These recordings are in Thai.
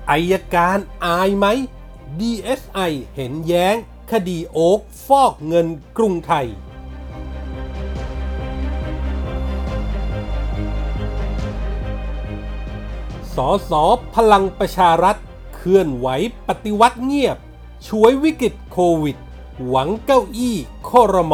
อัยการอายไหม DSI เห็นแย้งคดีโอ๊คฟอกเงินกรุงไทยสสพลังประชารัฐเคลื่อนไหวปฏิวัติเงียบช่วยวิกฤตโควิดหวังเก้าอี้ครม.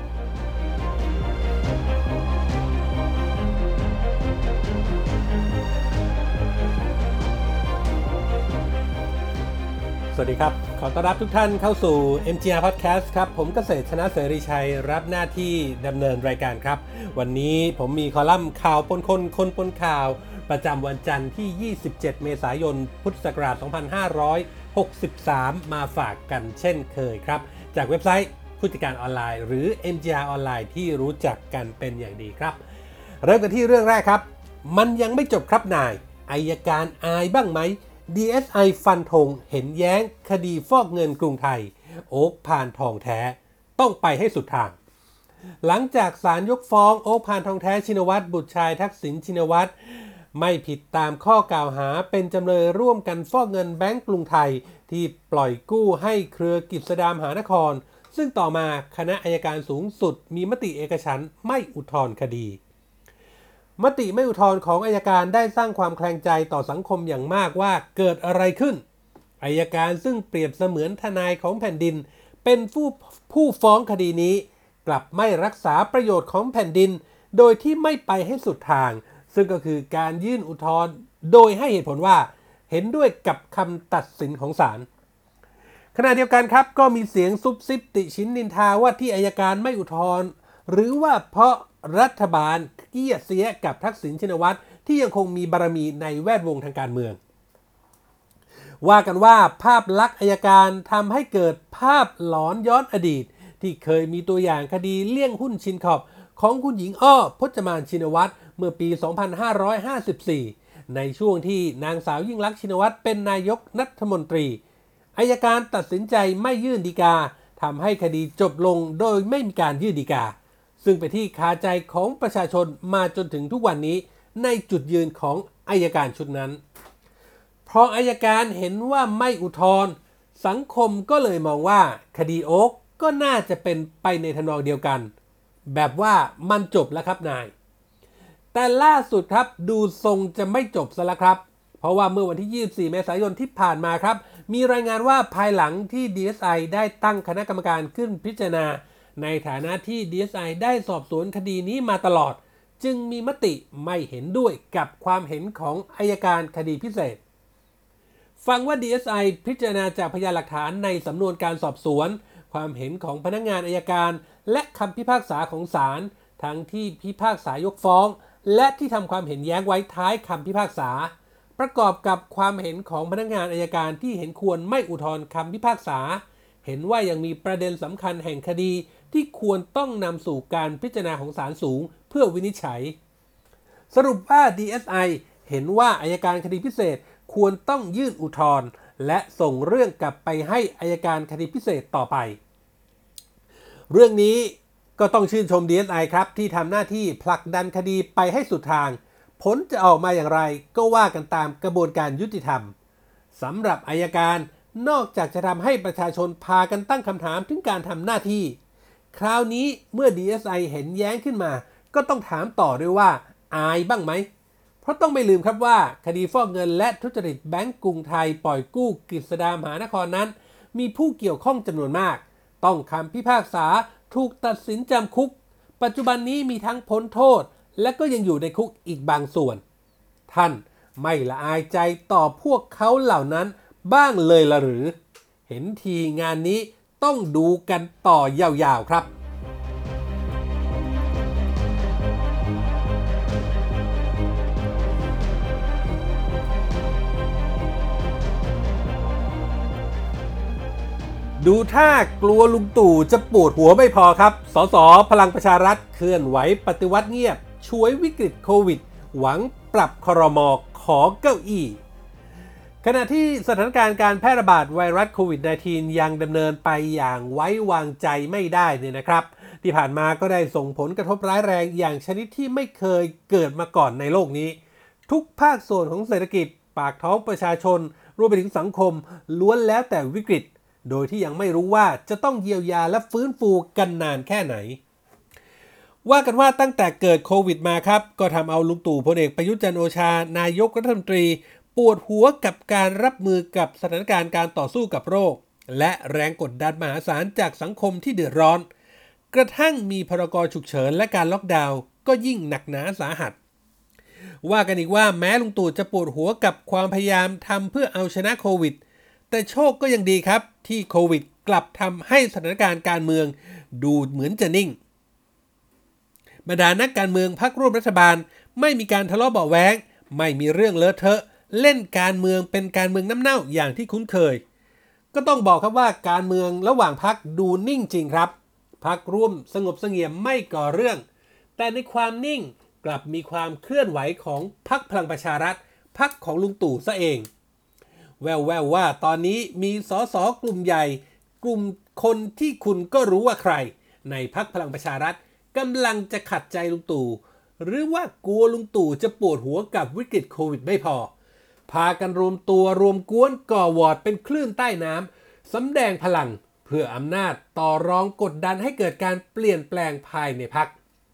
สวัสดีครับขอต้อนรับทุกท่านเข้าสู่ MGR Podcast ครับผมเกษตรชนะเสรีชัยรับหน้าที่ดำเนินรายการครับวันนี้ผมมีคอลัมน์ข่าวปนคนปนข่าวประจำวันจันทร์ที่ 27 เมษายน พุทธศักราช 2563 มาฝากกันเช่นเคยครับจากเว็บไซต์ผู้จัดการออนไลน์หรือ MGR ออนไลน์ที่รู้จักกันเป็นอย่างดีครับเริ่มกันที่เรื่องแรกครับมันยังไม่จบครับนายอัยการอายบ้างไหมDSI ฟันธงเห็นแย้งคดีฟอกเงินกรุงไทยโอ๊คพานทองแท้ต้องไปให้สุดทางหลังจากศาลยกฟ้องโอ๊คพานทองแท้ชินวัตรบุตรชายทักษิณชินวัตรไม่ผิดตามข้อกล่าวหาเป็นจำเลยร่วมกันฟอกเงินแบงก์กรุงไทยที่ปล่อยกู้ให้เครือกฤษดามหานครซึ่งต่อมาคณะอัยการสูงสุดมีมติเอกฉันท์ไม่อุทธรณ์คดีมติไม่อุทธรณ์ของอัยการได้สร้างความแคลงใจต่อสังคมอย่างมากว่าเกิดอะไรขึ้นอัยการซึ่งเปรียบเสมือนทนายของแผ่นดินเป็นผู้ฟ้องคดีนี้กลับไม่รักษาประโยชน์ของแผ่นดินโดยที่ไม่ไปให้สุดทางซึ่งก็คือการยื่นอุทธรณ์โดยให้เหตุผลว่าเห็นด้วยกับคำตัดสินของศาลขณะเดียวกันครับก็มีเสียงซุบซิบติชินนินทาว่าที่อัยการไม่อุทธรณ์หรือว่าเพราะรัฐบาลเกี้ยเสียกับทักษิณชินวัตรที่ยังคงมีบารมีในแวดวงทางการเมืองว่ากันว่าภาพลักษณ์อัยการทำให้เกิดภาพหลอนย้อนอดีตที่เคยมีตัวอย่างคดีเลี่ยงหุ้นชินคอร์ปของคุณหญิงอ้อพจมานชินวัตรเมื่อปี 2554 ในช่วงที่นางสาวยิ่งลักษณ์ชินวัตรเป็นนายกรัฐมนตรีอัยการตัดสินใจไม่ยื่นฎีกาทำให้คดีจบลงโดยไม่มีการยื่นฎีกาซึ่งเป็นที่คาใจของประชาชนมาจนถึงทุกวันนี้ในจุดยืนของอัยการชุดนั้นเพราะอัยการเห็นว่าไม่อุทธรณ์สังคมก็เลยมองว่าคดีโอ๊คก็น่าจะเป็นไปในทำนองเดียวกันแบบว่ามันจบแล้วครับนายแต่ล่าสุดครับดูทรงจะไม่จบซะแล้วครับเพราะว่าเมื่อวันที่ 24 เมษายนที่ผ่านมาครับมีรายงานว่าภายหลังที่ DSI ได้ตั้งคณะกรรมการขึ้นพิจารณาในฐานะที่ DSI ได้สอบสวนคดีนี้มาตลอดจึงมีมติไม่เห็นด้วยกับความเห็นของอัยการคดีพิเศษฟังว่า DSI พิจารณาจากพยานหลักฐานในสำนวนการสอบสวนความเห็นของพนักงานอัยการและคำพิพากษาของศาลทั้งที่พิพากษายกฟ้องและที่ทำความเห็นแย้งไว้ท้ายคำพิพากษาประกอบกับความเห็นของพนักงานอัยการที่เห็นควรไม่อุทธรณ์คำพิพากษาเห็นว่ายังมีประเด็นสำคัญแห่งคดีที่ควรต้องนำสู่การพิจารณาของศาลสูงเพื่อวินิจฉัยสรุปว่า DSI เห็นว่าอัยการคดีพิเศษควรต้องยื่นอุทธรณ์และส่งเรื่องกลับไปให้อัยการคดีพิเศษต่อไปเรื่องนี้ก็ต้องชื่นชม DSI ครับที่ทำหน้าที่ผลักดันคดีไปให้สุดทางผลจะออกมาอย่างไรก็ว่ากันตามกระบวนการยุติธรรมสำหรับอัยการนอกจากจะทำให้ประชาชนพากันตั้งคำถามถึงการทำหน้าที่คราวนี้เมื่อ DSI เห็นแย้งขึ้นมาก็ต้องถามต่อด้วยว่าอายบ้างไหมเพราะต้องไม่ลืมครับว่าคดีฟอกเงินและทุจริตแบงก์กรุงไทยปล่อยกู้กฤษดามหานครนั้นมีผู้เกี่ยวข้องจำนวนมากต้องคำพิพากษาถูกตัดสินจำคุกปัจจุบันนี้มีทั้งพ้นโทษและก็ยังอยู่ในคุกอีกบางส่วนท่านไม่ละอายใจต่อพวกเขาเหล่านั้นบ้างเลยละหรือเห็นทีงานนี้ต้องดูกันต่อยาวๆครับดูท่ากลัวลุงตู่จะปวดหัวไม่พอครับสสพลังประชารัฐเคลื่อนไหวปฏิวัติเงียบช่วยวิกฤตโควิดหวังปรับครม.ขอเก้าอี้ขณะที่สถานการณ์การแพร่ระบาดไวรัสโควิด -19 ยังดำเนินไปอย่างไว้วางใจไม่ได้เนี่ยนะครับที่ผ่านมาก็ได้ส่งผลกระทบร้ายแรงอย่างชนิดที่ไม่เคยเกิดมาก่อนในโลกนี้ทุกภาคส่วนของเศรษฐกิจปากท้องประชาชนรวมไปถึงสังคมล้วนแล้วแต่วิกฤตโดยที่ยังไม่รู้ว่าจะต้องเยียวยาและฟื้นฟูกันนานแค่ไหนว่ากันว่าตั้งแต่เกิดโควิดมาครับก็ทำเอาลุงตู่พลเอกประยุทธ์จันทร์โอชานายกรัฐมนตรีปวดหัวกับการรับมือกับสถานการณ์การต่อสู้กับโรคและแรงกดดันมหาศาลจากสังคมที่เดือดร้อนกระทั่งมีพรกฉุกเฉินและการล็อกดาวน์ก็ยิ่งหนักหนาสาหัสว่ากันอีกว่าแม้ลุงตู่จะปวดหัวกับความพยายามทำเพื่อเอาชนะโควิดแต่โชคก็ยังดีครับที่โควิดกลับทำให้สถานการณ์การเมืองดูเหมือนจะนิ่งบรรดานักการเมืองพรรคร่วมรัฐบาลไม่มีการทะเลาะเบาะแว้งไม่มีเรื่องเลอะเทอะเล่นการเมืองเป็นการเมืองน้ำเน่าอย่างที่คุ้นเคยก็ต้องบอกครับว่าการเมืองระหว่างพรรคดูนิ่งจริงครับพรรคร่วมสงบเสงี่ยมไม่ก่อเรื่องแต่ในความนิ่งกลับมีความเคลื่อนไหวของพรรคพลังประชารัฐพรรคของลุงตู่ซะเองแววว่าตอนนี้มีสสกลุ่มใหญ่กลุ่มคนที่คุณก็รู้ว่าใครในพรรคพลังประชารัฐกำลังจะขัดใจลุงตู่หรือว่ากลัวลุงตู่จะปวดหัวกับวิกฤตโควิดไม่พอพากันรวมตัวรวมกวนก่อวอร์ดเป็นคลื่นใต้น้ำสำแดงพลังเพื่ออำนาจต่อรองกดดันให้เกิดการเปลี่ยนแปลงภายในพรรค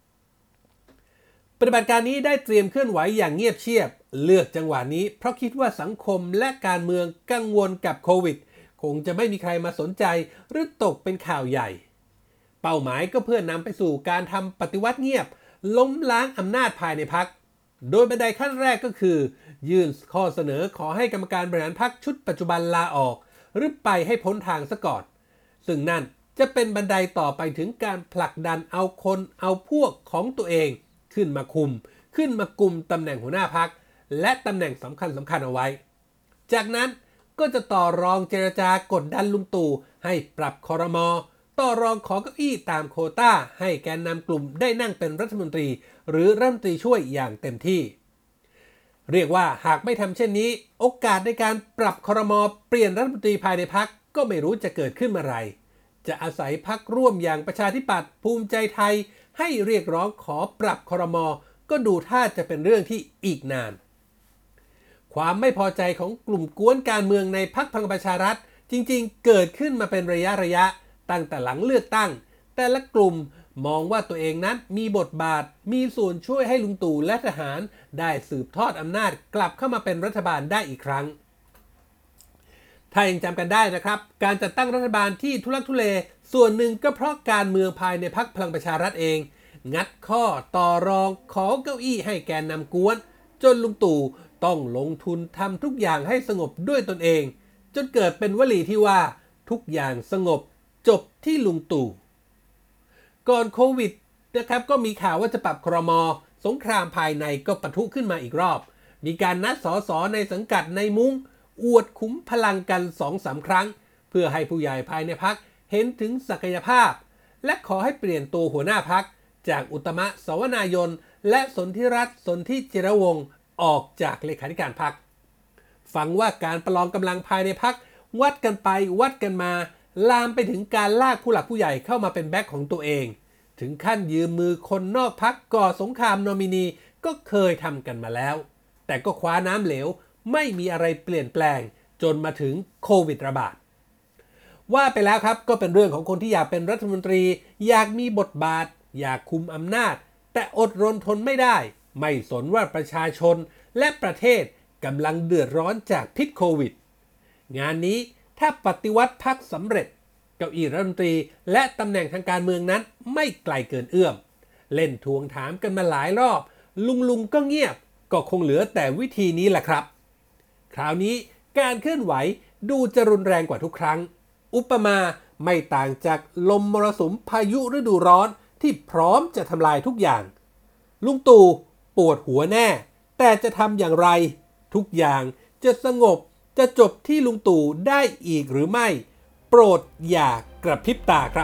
ปฏิบัติการนี้ได้เตรียมเคลื่อนไหวอย่างเงียบเชียบเลือกจังหวะนี้เพราะคิดว่าสังคมและการเมืองกังวลกับโควิดคงจะไม่มีใครมาสนใจหรือตกเป็นข่าวใหญ่เป้าหมายก็เพื่อนำไปสู่การทำปฏิวัติเงียบล้มล้างอำนาจภายในพรรคโดยบันไดขั้นแรกก็คือยื่นข้อเสนอขอให้กรรมการบริหารพรรคชุดปัจจุบันลาออกหรือไปให้พ้นทางซะก่อนซึ่งนั่นจะเป็นบันไดต่อไปถึงการผลักดันเอาคนเอาพวกของตัวเองขึ้นมาคุมขึ้นมากุมตำแหน่งหัวหน้าพรรคและตำแหน่งสำคัญเอาไว้จากนั้นก็จะต่อรองเจรจากดดันลุงตู่ให้ปรับครม.ต่อรองขอเก้าอี้ตามโควต้าให้แกนนำกลุ่มได้นั่งเป็นรัฐมนตรีหรือรัฐมนตรีช่วยอย่างเต็มที่เรียกว่าหากไม่ทำเช่นนี้โอกาสในการปรับครม.เปลี่ยนรัฐมนตรีภายในพรรคก็ไม่รู้จะเกิดขึ้นเมื่อไหร่จะอาศัยพรรคร่วมอย่างประชาธิปัตย์ภูมิใจไทยให้เรียกร้องขอปรับครม.ก็ดูท่าจะเป็นเรื่องที่อีกนานความไม่พอใจของกลุ่มกวนการเมืองในพรรคพลังประชารัฐจริงๆเกิดขึ้นมาเป็นระยะตั้งแต่หลังเลือกตั้งแต่ละกลุ่มมองว่าตัวเองนั้นมีบทบาทมีส่วนช่วยให้ลุงตู่และทหารได้สืบทอดอำนาจกลับเข้ามาเป็นรัฐบาลได้อีกครั้งถ้ายังจำกันได้นะครับการจัดตั้งรัฐบาลที่ทุลักทุเลส่วนหนึ่งก็เพราะการเมืองภายในพรรคพลังประชารัฐเองงัดข้อต่อรองขอเก้าอี้ให้แกนนำกวนจนลุงตู่ต้องลงทุนทำทุกอย่างให้สงบด้วยตนเองจนเกิดเป็นวลีที่ว่าทุกอย่างสงบจบที่ลุงตู่ก่อนโควิดนะครับก็มีข่าวว่าจะปรับครม.สงครามภายในก็ปะทุขึ้นมาอีกรอบมีการนัดสสในสังกัดในมุ้งอวดคุ้มพลังกัน 2-3 ครั้งเพื่อให้ผู้ใหญ่ภายในพรรคเห็นถึงศักยภาพและขอให้เปลี่ยนตัวหัวหน้าพรรคจากอุตมะสวนายนและสนธิรัตน์สนธิจิรวงศ์ออกจากเลขาธิการพรรคฟังว่าการประลองกำลังภายในพรรควัดกันไปวัดกันมาลามไปถึงการลากผู้หลักผู้ใหญ่เข้ามาเป็นแบ็คของตัวเองถึงขั้นยืมมือคนนอกพรรคก่อสงครามนอมินีก็เคยทำกันมาแล้วแต่ก็คว้าน้ำเหลวไม่มีอะไรเปลี่ยนแปลงจนมาถึงโควิดระบาดว่าไปแล้วครับก็เป็นเรื่องของคนที่อยากเป็นรัฐมนตรีอยากมีบทบาทอยากคุมอำนาจแต่อดรนทนไม่ได้ไม่สนว่าประชาชนและประเทศกำลังเดือดร้อนจากพิษโควิดงานนี้ถ้าปฏิวัติพรรคสำเร็จเก้าอี้รัฐมนตรีและตำแหน่งทางการเมืองนั้นไม่ไกลเกินเอื้อมเล่นทวงถามกันมาหลายรอบลุงก็เงียบก็คงเหลือแต่วิธีนี้แหละครับคราวนี้การเคลื่อนไหวดูจะรุนแรงกว่าทุกครั้งอุปมาไม่ต่างจากลมมรสุมพายุฤดูร้อนที่พร้อมจะทำลายทุกอย่างลุงตู่ปวดหัวแน่แต่จะทำอย่างไรทุกอย่างจะสงบจะจบที่ลุงตู่ได้อีกหรือไม่โปรดอย่ากระพริบตาครับ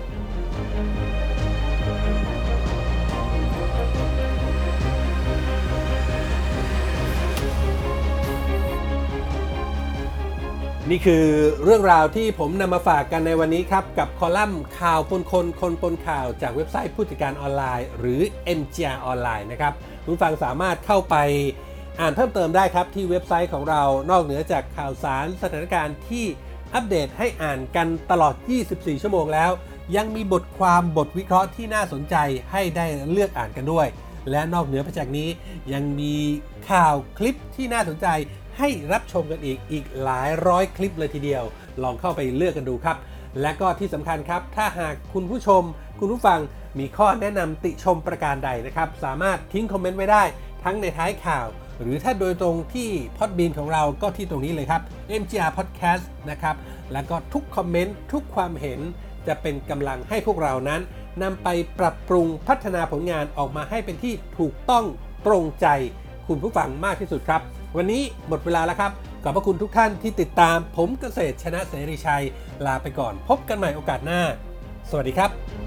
นี่คือเรื่องราวที่ผมนำมาฝากกันในวันนี้ครับกับคอลัมน์ข่าวปนคนปนข่าวจากเว็บไซต์ผู้จัดการออนไลน์หรือ MGR ออนไลน์นะครับคุณฟังสามารถเข้าไปอ่านเพิ่มเติมได้ครับที่เว็บไซต์ของเรานอกเหนือจากข่าวสารสถานการณ์ที่อัปเดตให้อ่านกันตลอด 24 ชั่วโมงแล้วยังมีบทความบทวิเคราะห์ที่น่าสนใจให้ได้เลือกอ่านกันด้วยและนอกเหนือไปจากนี้ยังมีข่าวคลิปที่น่าสนใจให้รับชมกันอีกหลายร้อยคลิปเลยทีเดียวลองเข้าไปเลือกกันดูครับและก็ที่สำคัญครับถ้าหากคุณผู้ชมคุณผู้ฟังมีข้อแนะนำติชมประการใดนะครับสามารถทิ้งคอมเมนต์ไว้ได้ทั้งในท้ายข่าวหรือถ้าโดยตรงที่ Podbean ของเราก็ที่ตรงนี้เลยครับ MGR Podcast นะครับแล้วก็ทุกคอมเมนต์ทุกความเห็นจะเป็นกำลังให้พวกเรานั้นนำไปปรับปรุงพัฒนาผลงานออกมาให้เป็นที่ถูกต้องตรงใจคุณผู้ฟังมากที่สุดครับวันนี้หมดเวลาแล้วครับขอบพระคุณทุกท่านที่ติดตามผมเกษตรชนะเสรีชัยลาไปก่อนพบกันใหม่โอกาสหน้าสวัสดีครับ